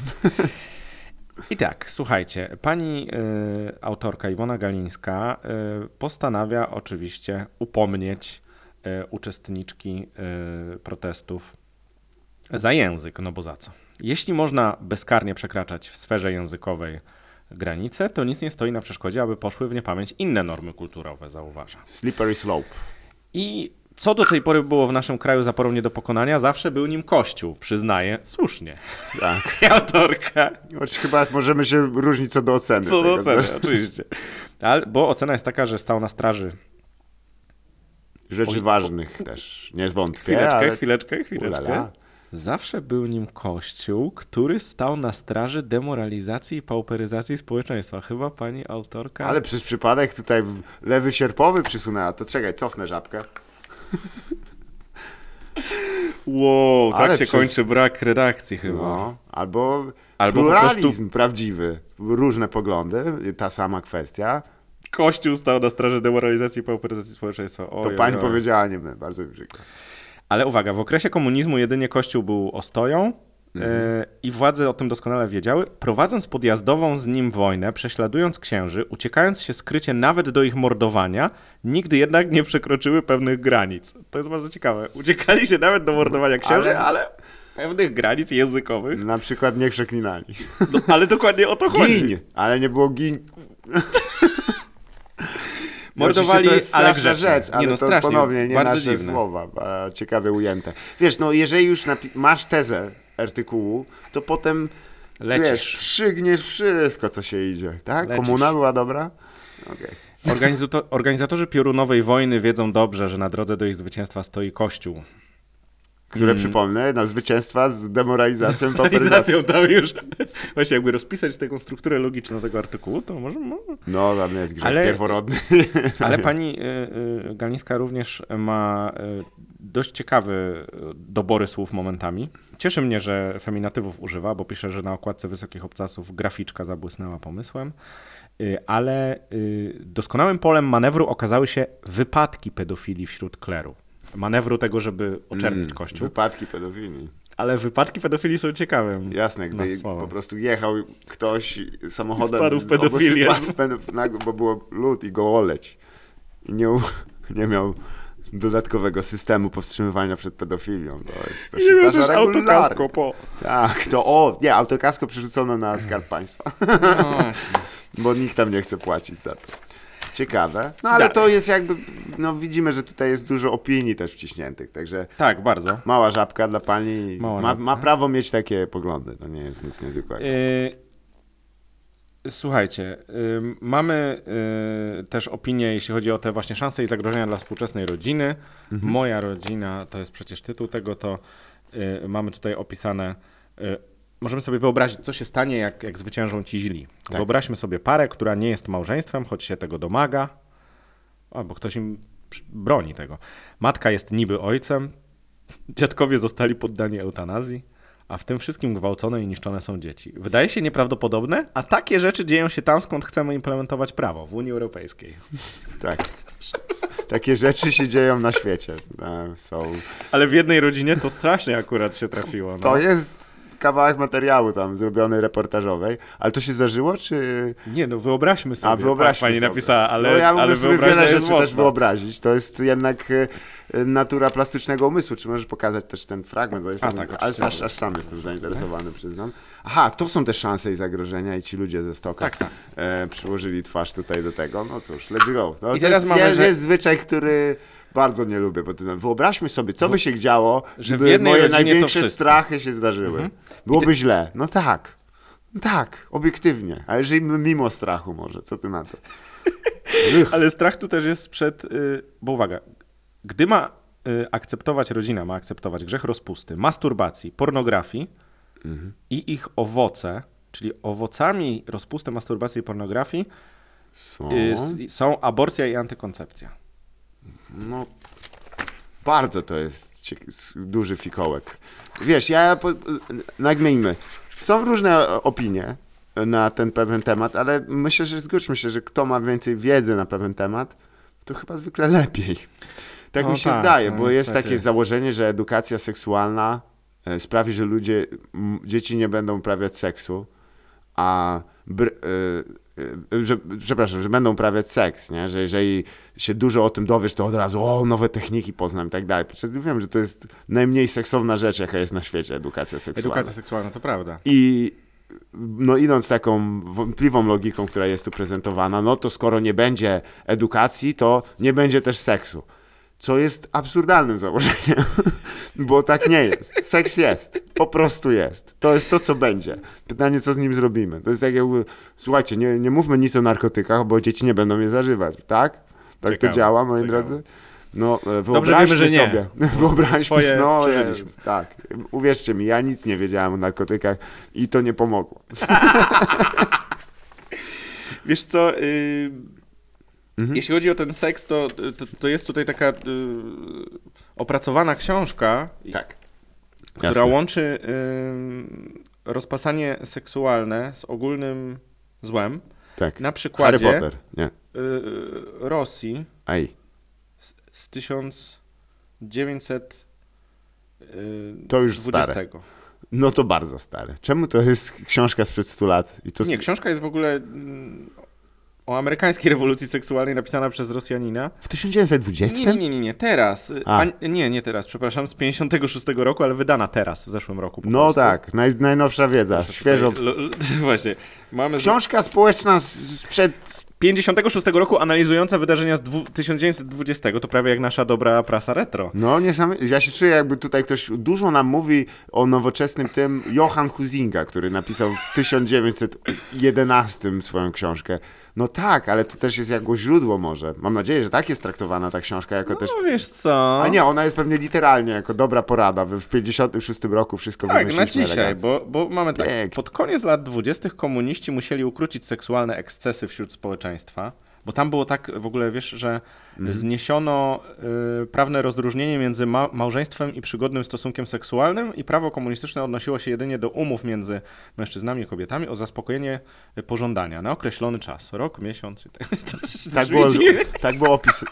C: I tak, słuchajcie, pani y, autorka Iwona Galińska y, postanawia oczywiście upomnieć y, uczestniczki y, protestów za język, no bo za co? Jeśli można bezkarnie przekraczać w sferze językowej granice, to nic nie stoi na przeszkodzie, aby poszły w niepamięć inne normy kulturowe, zauważa.
B: Slippery slope.
C: I co do tej pory było w naszym kraju zaporą nie do pokonania, zawsze był nim Kościół, przyznaję, słusznie.
B: Tak.
C: I autorka.
B: Choć chyba możemy się różnić co do oceny.
C: Co do
B: tego
C: oceny,
B: też.
C: oczywiście. Ale, bo ocena jest taka, że stał na straży.
B: Rzeczy
C: Oj,
B: ważnych też, nie zwątpię,
C: Chwileczkę,
B: ale...
C: chwileczkę, chwileczkę.
B: Ulala.
C: Zawsze był nim Kościół, który stał na straży demoralizacji i pauperyzacji społeczeństwa. Chyba pani autorka...
B: Ale przez przypadek tutaj lewy sierpowy przysunęła, to czekaj, cofnę żabkę.
C: Wow, tak
B: Ale
C: się
B: przez-
C: kończy brak redakcji chyba.
B: No, albo,
C: Albo po
B: pluralizm
C: prostu-
B: prawdziwy, różne poglądy, ta sama kwestia.
C: Kościół stał na straży demoralizacji i pauperyzacji społeczeństwa.
B: To
C: Oj,
B: pani
C: oj, oj.
B: powiedziała, nie my, bardzo mi przykro.
C: Ale uwaga, w okresie komunizmu jedynie Kościół był ostoją
B: Mhm.
C: e, i władze o tym doskonale wiedziały, prowadząc podjazdową z nim wojnę, prześladując księży, uciekając się skrycie nawet do ich mordowania, nigdy jednak nie przekroczyły pewnych granic. To jest bardzo ciekawe. Uciekali się nawet do mordowania księży, ale,
B: Ale-
C: pewnych granic językowych.
B: Na przykład nie przeklinali.
C: No, ale dokładnie o to chodzi.
B: Gin, ale nie było gin.
C: Mordowali,
B: Oczywiście to jest
C: ale
B: straszna
C: grzecznie.
B: rzecz, ale
C: Nie no,
B: to
C: strasznie,
B: ponownie nie
C: bardzo
B: nasze
C: dziwne.
B: słowa, a ciekawie ujęte. Wiesz, no jeżeli już napi- masz tezę artykułu, to potem
C: Lecisz.
B: wiesz, przygniesz wszystko, co się idzie, tak?
C: Lecisz.
B: Komuna była dobra? Okej.
C: Organizato- organizatorzy piorunowej wojny wiedzą dobrze, że na drodze do ich zwycięstwa stoi Kościół.
B: Które,
C: Mm.
B: przypomnę, na zwycięstwa z demoralizacją i pauperyzacją.
C: Realizacją tam już. Właśnie jakby rozpisać taką strukturę logiczną tego artykułu, to może... może.
B: No, tam jest grzech
C: Ale-
B: pierworodny.
C: Ale pani y, y, Galińska również ma y, dość ciekawe y, dobory słów momentami. Cieszy mnie, że feminatywów używa, bo pisze, że na okładce Wysokich Obcasów graficzka zabłysnęła pomysłem. Y, Ale y, doskonałym polem manewru okazały się wypadki pedofilii wśród kleru. Manewru tego, żeby oczernić
B: Mm,
C: Kościół.
B: Wypadki pedofilii.
C: Ale wypadki pedofilii są ciekawym.
B: Jasne,
C: na
B: gdy
C: słowo.
B: po prostu jechał ktoś samochodem
C: Wpadł w
B: z-
C: pedofilię.
B: obok- wpadł w pedof- nagle, bo było lód i go oleć. I nie, u- nie miał dodatkowego systemu powstrzymywania przed pedofilią. To, jest, to
C: I
B: się
C: nie miał
B: zdarza
C: też
B: regularnie.
C: autokasko po.
B: Tak, to o, nie, autokasko przerzucono na Skarb Państwa,
C: No właśnie.
B: bo nikt tam nie chce płacić za to. Ciekawe. No ale
C: Tak.
B: to jest jakby, no widzimy, że tutaj jest dużo opinii też wciśniętych, także
C: Tak, bardzo.
B: mała żabka dla pani
C: Mała
B: ma,
C: żabka.
B: ma prawo mieć takie poglądy, to nie jest nic niezwykłego.
C: Y, Słuchajcie, y, mamy y, też opinię, jeśli chodzi o te właśnie szanse i zagrożenia dla współczesnej rodziny.
B: Mhm.
C: Moja rodzina, to jest przecież tytuł tego, to y, mamy tutaj opisane. Y, możemy sobie wyobrazić, co się stanie, jak, jak zwyciężą ci źli.
B: Tak.
C: Wyobraźmy sobie parę, która nie jest małżeństwem, choć się tego domaga, albo ktoś im przy- broni tego. Matka jest niby ojcem, dziadkowie zostali poddani eutanazji, a w tym wszystkim gwałcone i niszczone są dzieci. Wydaje się nieprawdopodobne, a takie rzeczy dzieją się tam, skąd chcemy implementować prawo, w Unii Europejskiej.
B: Tak. Takie rzeczy się dzieją na świecie. E, Są.
C: Ale w jednej rodzinie to strasznie akurat się trafiło. No.
B: To jest kawałek materiału tam zrobiony reportażowej, ale to się zdarzyło, czy...
C: Nie, no wyobraźmy sobie,
B: A wyobraźmy
C: pani
B: sobie.
C: napisała, ale,
B: no ja mogę
C: ale
B: sobie
C: wyobraźnia
B: wiele
C: jest
B: rzeczy też
C: mocna.
B: wyobrazić. To jest jednak e, natura plastycznego umysłu. Czy możesz pokazać też ten fragment? Bo jestem,
C: A, tak,
B: aż,
C: oczywiście.
B: aż, aż sam jestem zainteresowany, przyznam. Aha, to są te szanse i zagrożenia i ci ludzie ze stoka
C: Tak, tak.
B: e, przyłożyli twarz tutaj do tego. No cóż, let's go. No,
C: I
B: to
C: teraz
B: jest,
C: mamy,
B: jest,
C: że-
B: jest zwyczaj, który bardzo nie lubię. Bo to, wyobraźmy sobie, co by się działo,
C: że w
B: żeby
C: jednej
B: moje
C: rodzinie to
B: największe
C: wszystko.
B: strachy się zdarzyły.
C: Mhm.
B: Byłoby źle. No tak. No tak, obiektywnie. Ale jeżeli mimo strachu może, co ty na to?
C: Ale strach tu też jest przed, y, bo uwaga, gdy ma y, akceptować rodzina, ma akceptować grzech rozpusty, masturbacji, pornografii
B: Mhm.
C: i ich owoce, czyli owocami rozpusty, masturbacji i pornografii
B: Są.
C: y, s- są aborcja i antykoncepcja.
B: No, bardzo to jest cie- s- duży fikołek. Wiesz, ja, po, nagmieńmy, są różne opinie na ten pewien temat, ale myślę, że zgódźmy się, że kto ma więcej wiedzy na pewien temat, to chyba zwykle lepiej. Tak
C: No
B: mi się
C: tak,
B: zdaje,
C: no
B: bo jest
C: niestety.
B: takie założenie, że edukacja seksualna e, sprawi, że ludzie, m, dzieci nie będą uprawiać seksu, a br, y, y, że, przepraszam, że będą uprawiać seks, nie? Że jeżeli się dużo o tym dowiesz, to od razu o, nowe techniki poznam i tak dalej. Przecież wiem, że to jest najmniej seksowna rzecz, jaka jest na świecie, edukacja seksualna.
C: Edukacja seksualna, to prawda.
B: I no idąc taką wątpliwą logiką, która jest tu prezentowana, no to skoro nie będzie edukacji, to nie będzie też seksu. Co jest absurdalnym założeniem, bo tak nie jest. Seks jest, po prostu jest. To jest to, co będzie. Pytanie, co z nim zrobimy. To jest tak jakby, słuchajcie, nie, nie mówmy nic o narkotykach, bo dzieci nie będą je zażywać, tak? Tak
C: Ciekawe,
B: to działa, moi
C: ciekawe.
B: drodzy? No, e, wyobraźmy
C: wiemy, że nie.
B: sobie. Wyobraźmy
C: Swoje
B: no, ja,
C: przeżyliśmy.
B: tak. Uwierzcie mi, ja nic nie wiedziałem o narkotykach i to nie pomogło.
C: Wiesz co, yy,
B: Mhm.
C: jeśli chodzi o ten seks, to, to, to jest tutaj taka yy, opracowana książka,
B: Tak.
C: która
B: Jasne.
C: łączy yy, rozpasanie seksualne z ogólnym złem.
B: Tak.
C: Na
B: Harry
C: przykładzie
B: Potter, nie.
C: yy, Rosji
B: Aj.
C: z, z tysiąc dziewięćset
B: To już
C: dwudziestego.
B: No to bardzo stare. Czemu to jest książka sprzed stu lat? I to
C: Nie, książka jest w ogóle mm, o amerykańskiej rewolucji seksualnej napisana przez Rosjanina.
B: w tysiąc dziewięćset dwudziestym?
C: Nie, nie, nie, nie, nie, teraz.
B: A.
C: A, nie, nie teraz, przepraszam, z pięćdziesiątego szóstego roku, ale wydana teraz, w zeszłym roku. Po
B: No
C: prostu.
B: tak, naj, najnowsza wiedza, świeżo.
C: Tutaj, l- l- właśnie, mamy z
B: Książka społeczna z- sprzed...
C: pięćdziesiątego szóstego roku analizująca wydarzenia z dwu- tysiąc dziewięćset dwudziestego, to prawie jak nasza dobra prasa retro.
B: No niesamowite. Ja się czuję, jakby tutaj ktoś dużo nam mówi o nowoczesnym tym Johann Huizinga, który napisał w tysiąc dziewięćset jedenastym swoją książkę. No tak, ale to też jest jako źródło może. Mam nadzieję, że tak jest traktowana ta książka jako też...
C: No wiesz co?
B: A nie, ona jest pewnie literalnie jako dobra porada. W pięćdziesiątym szóstym roku wszystko
C: Tak, na
B: wymyśliliśmy
C: dzisiaj,
B: elegancko.
C: bo, bo mamy tak,
B: Pięknie.
C: pod koniec lat dwudziestych komuniści musieli ukrócić seksualne ekscesy wśród społeczeństwa, bo tam było tak w ogóle, wiesz, że
B: Mhm.
C: zniesiono y, prawne rozróżnienie między ma- małżeństwem i przygodnym stosunkiem seksualnym i prawo komunistyczne odnosiło się jedynie do umów między mężczyznami i kobietami o zaspokojenie y, pożądania na określony czas, rok, miesiąc i tak. To
B: Tak
C: brzmi
B: było,
C: dziwnie.
B: tak było opis.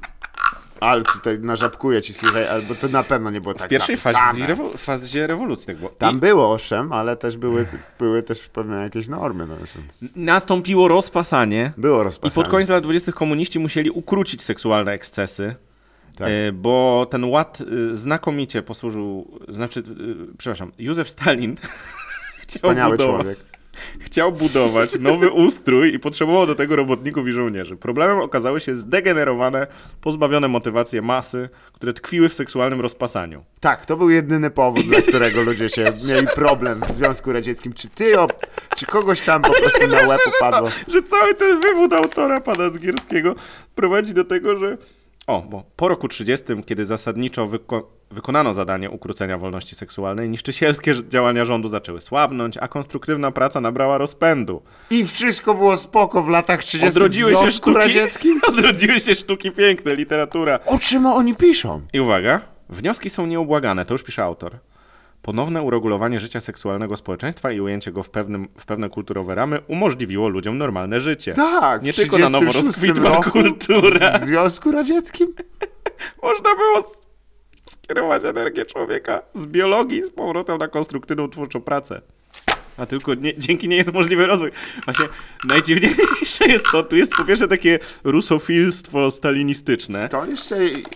B: Ale tutaj nażabkuję ci, słuchaj, bo to na pewno nie było tak
C: W pierwszej fazie,
B: zapisane.
C: rewo- fazie rewolucji tak było.
B: Tam
C: I
B: było, owszem, ale też były, były też pewne jakieś normy. No, że
C: nastąpiło rozpasanie.
B: było
C: I
B: rozpasane.
C: pod koniec lat dwudziestych komuniści musieli ukrócić seksualne ekscesy,
B: Tak.
C: e, bo ten ład e, znakomicie posłużył, znaczy, e, przepraszam, Józef Stalin chciał
B: Wspaniały
C: budować,
B: człowiek.
C: chciał budować nowy ustrój i potrzebował do tego robotników i żołnierzy. Problemem okazały się zdegenerowane, pozbawione motywacji masy, które tkwiły w seksualnym rozpasaniu.
B: Tak, to był jedyny powód, dla którego ludzie się mieli problem w Związku Radzieckim. Czy ty, ob... czy kogoś tam po prostu na łeb upadło?
C: Że cały ten wywód autora pana Zgierskiego prowadzi do tego, że o, bo po roku trzydziestym, kiedy zasadniczo wyko- wykonano zadanie ukrócenia wolności seksualnej, niszczycielskie ż- działania rządu zaczęły słabnąć, a konstruktywna praca nabrała rozpędu.
B: I wszystko było spoko w latach trzydziestych
C: Odrodziły
B: w
C: się
B: Związku
C: sztuki,
B: Radzieckim?
C: odrodziły się sztuki piękne, literatura.
B: O czym oni piszą?
C: I uwaga, wnioski są nieubłagane, to już pisze autor. Ponowne uregulowanie życia seksualnego społeczeństwa i ujęcie go w, pewnym, w pewne kulturowe ramy umożliwiło ludziom normalne życie.
B: Tak, w
C: Nie tylko na nowo
B: trzydziestym szóstym
C: rozkwitła
B: roku
C: kultura.
B: W Związku Radzieckim?
C: Można było s- skierować energię człowieka z biologii z powrotem na konstruktywną twórczą pracę. A tylko nie, dzięki niej jest możliwy rozwój. Właśnie najdziwniejsze jest to, tu jest po pierwsze takie rusofilstwo stalinistyczne.
B: To jeszcze...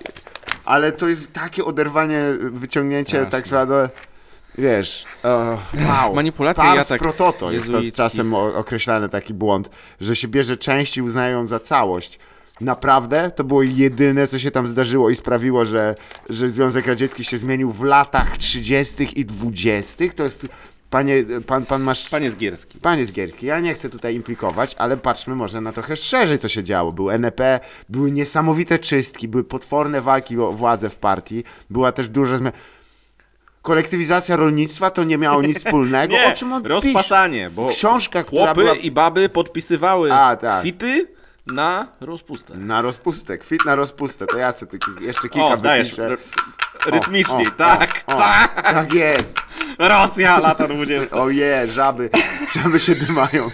B: Ale to jest takie oderwanie, wyciągnięcie
C: Straszne.
B: tak zwane... Wiesz, o, wow.
C: Manipulacja
B: Pars
C: jatak
B: pro toto jest to
C: jezuickich.
B: czasem o- określany taki błąd, że się bierze część i uznają ją za całość. Naprawdę to było jedyne, co się tam zdarzyło i sprawiło, że, że Związek Radziecki się zmienił w latach trzydziestych i dwudziestych. To jest, panie, pan, pan masz...
C: Panie Zgierski.
B: Panie Zgierski, ja nie chcę tutaj implikować, ale patrzmy może na trochę szerzej, co się działo. Był N E P, były niesamowite czystki, były potworne walki o władzę w partii, była też duża zmiana. Kolektywizacja rolnictwa to nie miało nic wspólnego.
C: Nie,
B: o czym on
C: rozpasanie, bo
B: pisze? Książka, która
C: chłopy
B: była
C: i baby podpisywały
B: A, tak.
C: kwity na rozpustę.
B: na rozpustę, kwit na rozpustę, to ja sobie taki- jeszcze kilka
C: O, dajesz,
B: wypiszę.
C: r- rytmicznie,
B: O, o,
C: tak,
B: o, o,
C: tak.
B: tak jest.
C: Rosja, lata dwudzieste.
B: Oje, żaby, żaby się dymają.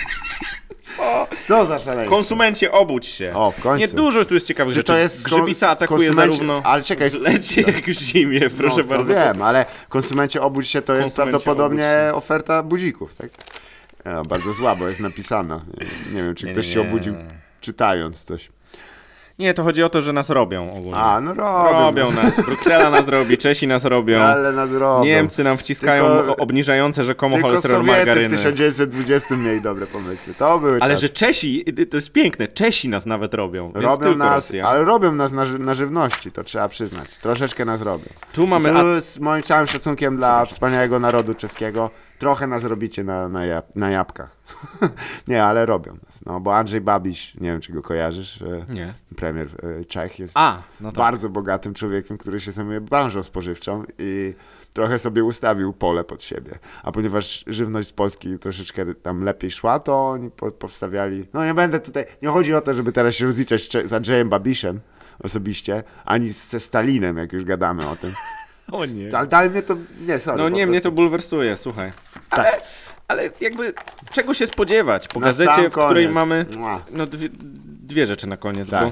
C: Co?
B: Co za szaleństwo.
C: Konsumencie, obudź się.
B: O, w końcu.
C: Nie, dużo tu jest ciekawych
B: Czy
C: rzeczy.
B: to jest
C: Grzybica
B: kon-
C: atakuje
B: konsumenci-
C: zarówno
B: ale czekaj,
C: w lecie, jak i w zimie, proszę
B: no,
C: bardzo.
B: To wiem, ale konsumencie obudź się to jest
C: Konsumencie
B: prawdopodobnie
C: obudź się.
B: oferta budzików, tak? Ja, bardzo słabo jest napisana. Nie, nie wiem, czy
C: Nie,
B: ktoś
C: nie,
B: się
C: nie.
B: obudził czytając coś.
C: Nie, to chodzi o to, że nas robią ogólnie.
B: A, no robią.
C: Robią nas. Bruksela nas robi, Czesi nas robią.
B: Ale nas robią.
C: Niemcy nam wciskają
B: Tylko-
C: o- obniżające rzekomo
B: Tylko
C: cholesterol
B: Sowiety w
C: margaryny.
B: tysiąc dziewięćset dwudziestym mieli dobre pomysły. To były
C: Ale
B: czasy.
C: że Czesi, to jest piękne, Czesi nas nawet robią, więc
B: Robią
C: tylko
B: nas,
C: Rosja.
B: ale robią nas na, ży- na żywności, to trzeba przyznać. Troszeczkę nas robią.
C: Tu mamy...
B: Tu
C: A...
B: z moim całym szacunkiem dla wspaniałego narodu czeskiego, trochę nas robicie na, na, jab- na jabłkach. Nie, ale robią nas. No, bo Andrzej Babiš, nie wiem czy go kojarzysz, e,
C: Nie.
B: premier e, Czech, jest
C: A, no tak.
B: bardzo bogatym człowiekiem, który się zajmuje branżą spożywczą i trochę sobie ustawił pole pod siebie. A ponieważ żywność z Polski troszeczkę tam lepiej szła, to oni po, powstawiali... No nie będę tutaj... Nie chodzi o to, żeby teraz się rozliczać z Cze- z Andrzejem Babišem osobiście, ani ze Stalinem, jak już gadamy o tym.
C: O nie.
B: Ale dalej mnie to... Nie, sorry.
C: No
B: po
C: nie, mnie to
B: prostu.
C: bulwersuje, słuchaj. Ale,
B: Tak.
C: ale jakby czego się spodziewać po
B: Na
C: gazecie,
B: sam
C: w której
B: koniec.
C: mamy
B: Mua.
C: no dwie, dwie rzeczy na koniec,
B: Tak.
C: bo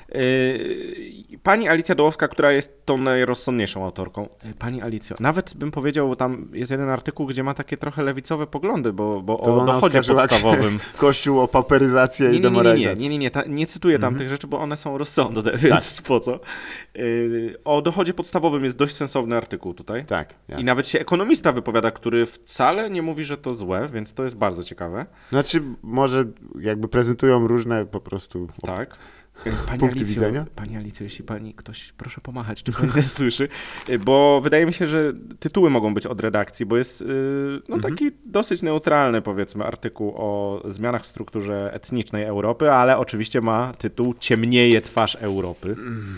C: yy, pani Alicja Dołowska, która jest tą najrozsądniejszą autorką. Yy, Pani Alicjo, nawet bym powiedział, bo tam jest jeden artykuł, gdzie ma takie trochę lewicowe poglądy, bo, bo
B: To
C: o
B: ona
C: dochodzie
B: oskarżyła
C: podstawowym.
B: Kościół o pauperyzację
C: Nie,
B: i
C: nie, nie, nie, nie,
B: demoralizację.
C: nie, nie, nie, ta, nie cytuję tam
B: Mhm.
C: tych rzeczy, bo one są rozsądne, więc po co. Yy, o dochodzie podstawowym jest dość sensowny artykuł tutaj.
B: Tak, jasne.
C: I nawet się ekonomista wypowiada, który wcale nie mówi, że to złe, więc to jest bardzo ciekawe.
B: Znaczy, może jakby prezentują różne po prostu...
C: Tak. Pani
B: Punkty
C: Alicjo,
B: widzenia?
C: Pani Alicjo, jeśli pani ktoś, proszę pomachać, czy pani nas słyszy, bo wydaje mi się, że tytuły mogą być od redakcji, bo jest yy, no,
B: Mhm.
C: taki dosyć neutralny, powiedzmy, artykuł o zmianach w strukturze etnicznej Europy, ale oczywiście ma tytuł Ciemnieje twarz Europy.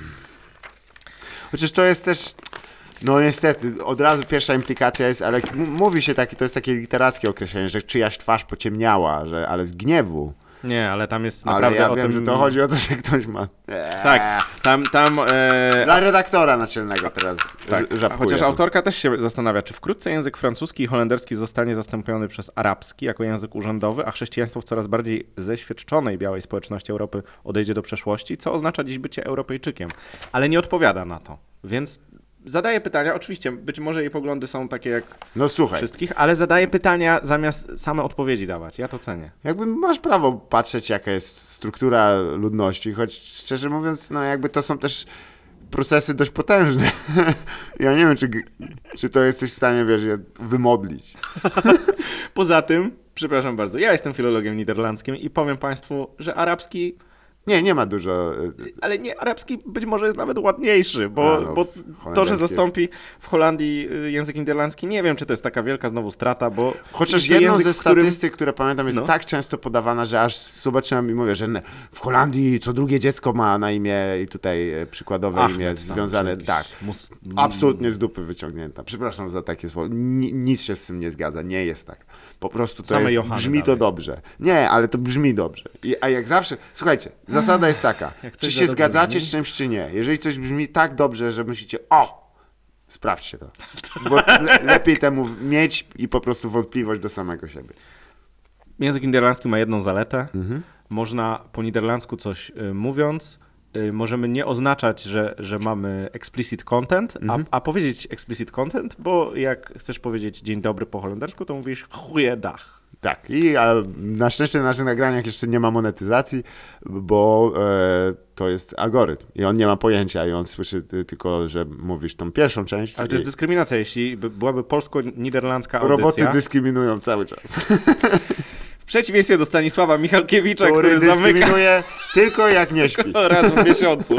B: Chociaż to jest też, no niestety, od razu pierwsza implikacja jest, ale m- mówi się taki, to jest takie literackie określenie, że czyjaś twarz pociemniała, że, ale z gniewu.
C: Nie, ale tam jest
B: Ale
C: naprawdę
B: ja
C: o
B: wiem,
C: tym...
B: że to chodzi o to, że ktoś ma... Eee.
C: Tak, tam... tam e...
B: Dla redaktora naczelnego teraz
C: Tak,
B: tak, żabkuję.
C: chociaż
B: to.
C: autorka też się zastanawia, czy wkrótce język francuski i holenderski zostanie zastąpiony przez arabski jako język urzędowy, a chrześcijaństwo w coraz bardziej zeświadczonej białej społeczności Europy odejdzie do przeszłości, co oznacza dziś bycie Europejczykiem. Ale nie odpowiada na to, więc zadaje pytania, oczywiście być może jej poglądy są takie jak
B: No słuchaj,
C: wszystkich, ale zadaje pytania zamiast same odpowiedzi dawać, ja to cenię.
B: jakby masz prawo patrzeć, jaka jest struktura ludności, choć szczerze mówiąc, no jakby to są też procesy dość potężne. Ja nie wiem, czy, g- czy to jesteś w stanie, wiesz, je wymodlić.
C: Poza tym, przepraszam bardzo, ja jestem filologiem niderlandzkim i powiem państwu, że arabski
B: Nie, nie ma dużo... y,
C: ale nie, arabski być może jest nawet ładniejszy, bo,
B: A, no,
C: bo to,
B: holenderski
C: że zastąpi w Holandii y, język niderlandzki, nie wiem, czy to jest taka wielka znowu strata, bo...
B: Chociaż
C: to
B: jedną
C: język,
B: ze
C: w którym-
B: statystyk, które pamiętam, jest
C: No.
B: tak często podawana, że aż zobaczyłem i mówię, że ne- w Holandii co drugie dziecko ma na imię i tutaj e, przykładowe
C: Ach,
B: imię
C: no,
B: związane,
C: jakiś
B: tak,
C: mus-
B: absolutnie z dupy wyciągnięta. Przepraszam za takie słowo, Ni- nic się z tym nie zgadza, nie jest tak. Po prostu to
C: Same
B: jest,
C: Johany
B: brzmi to
C: dalej są.
B: dobrze. Nie, ale to brzmi dobrze. I, a jak zawsze, słuchajcie, zasada jest taka,
C: Jak coś
B: czy
C: za
B: się
C: dobrze
B: zgadzacie
C: brzmi?
B: z czymś, czy nie. Jeżeli coś brzmi tak dobrze, że myślicie, o, sprawdźcie to. Bo le- lepiej temu mieć i po prostu wątpliwość do samego siebie.
C: Język niderlandzki ma jedną zaletę.
B: Mhm.
C: Można po niderlandzku coś y, mówiąc, y, możemy nie oznaczać, że, że mamy explicit content,
B: Mhm.
C: a, a powiedzieć explicit content, bo jak chcesz powiedzieć dzień dobry po holendersku, to mówisz goeiedag.
B: Tak, i a na szczęście na naszych nagraniach jeszcze nie ma monetyzacji, bo e, to jest algorytm i on nie ma pojęcia i on słyszy ty, tylko, że mówisz tą pierwszą część.
C: Ale to jest
B: i
C: dyskryminacja, jeśli by- byłaby polsko-niderlandzka audycja.
B: roboty dyskryminują cały czas.
C: W przeciwieństwie do Stanisława Michalkiewicza, który,
B: Który
C: zamyka
B: dyskryminuje tylko jak nie śpi.
C: raz w miesiącu.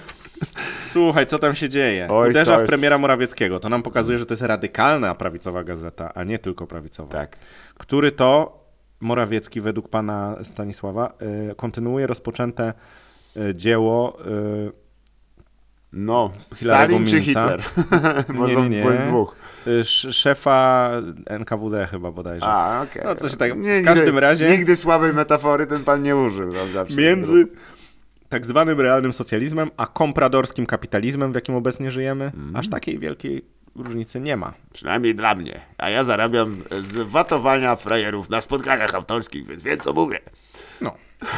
C: Słuchaj, co tam się dzieje?
B: Oj,
C: Uderza
B: to
C: w
B: jest-
C: premiera Morawieckiego. To nam pokazuje, że to jest radykalna prawicowa gazeta, a nie tylko prawicowa.
B: Tak.
C: Który to Morawiecki według pana Stanisława y, kontynuuje rozpoczęte y, dzieło y,
B: No,
C: Hilarego
B: Stalin czy
C: Minca?
B: Hitler? Bo,
C: Nie,
B: są-
C: nie, nie.
B: bo jest dwóch.
C: y, sz- szefa N K W D chyba bodajże.
B: A, okej.
C: No, coś takiego. W
B: Nie,
C: każdym
B: nigdy,
C: razie-
B: Nigdy słabej metafory ten pan nie użył. On zawsze
C: Między tak zwanym realnym socjalizmem, a kompradorskim kapitalizmem, w jakim obecnie żyjemy,
B: Mhm.
C: aż takiej wielkiej różnicy nie ma.
B: Przynajmniej dla mnie. A ja zarabiam z watowania frajerów na spotkaniach autorskich, więc wiem co mówię.
C: No.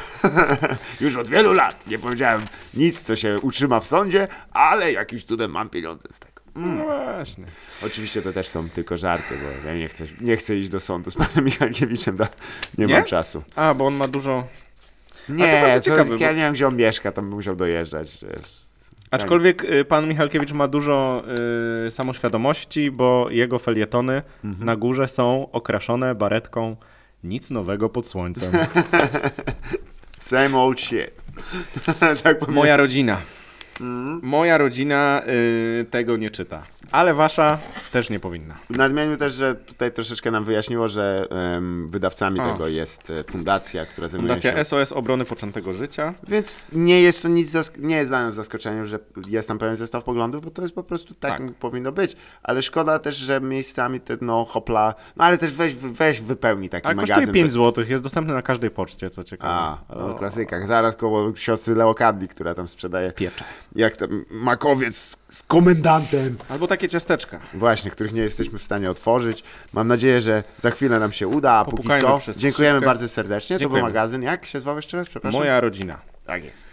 B: Już od wielu lat nie powiedziałem nic, co się utrzyma w sądzie, ale jakimś cudem mam pieniądze z tego. Mm.
C: No właśnie.
B: Oczywiście to też są tylko żarty, bo ja nie chcę, nie chcę iść do sądu z panem Michalkiewiczem, da, nie,
C: Nie?
B: mam czasu.
C: A, bo on ma dużo...
B: Nie,
C: bardzo
B: to,
C: ciekawe,
B: ja
C: bo-
B: nie wiem, gdzie on mieszka, tam by musiał dojeżdżać. Wiesz.
C: Aczkolwiek y, pan Michalkiewicz ma dużo y, samoświadomości, bo jego felietony
B: Mhm.
C: na górze są okraszone baretką nic nowego pod słońcem.
B: Same old shit. tak powiem.
C: Moja rodzina.
B: Mhm.
C: Moja rodzina y, tego nie czyta, ale wasza też nie powinna.
B: Nadmieńmy też, że tutaj troszeczkę nam wyjaśniło, że em, wydawcami
C: O.
B: tego jest e, fundacja, która zajmuje
C: Fundacja
B: się...
C: S O S Obrony Poczętego Życia.
B: Więc nie jest to nic, zask- nie jest dla nas zaskoczeniem, że jest tam pewien zestaw poglądów, bo to jest po prostu tak,
C: Tak.
B: powinno być. Ale szkoda też, że miejscami te no hopla, no ale też weź, weź wypełnij taki
C: A
B: magazyn.
C: kosztuje pięć
B: To-
C: złotych, jest dostępny na każdej poczcie, co ciekawe.
B: A, no,
C: O,
B: klasykach. Zaraz koło siostry Leo Caddy, która tam sprzedaje
C: Piecze.
B: jak tam makowiec z, z komendantem.
C: Albo takie ciasteczka.
B: Właśnie, których nie jesteśmy w stanie otworzyć. Mam nadzieję, że za chwilę nam się uda, a póki
C: Popukajmy
B: co
C: przez
B: dziękujemy
C: szybkę.
B: bardzo serdecznie. To był
C: Dziękujemy.
B: magazyn, jak się zwał jeszcze raz? Przepraszam.
C: Moja rodzina.
B: Tak jest.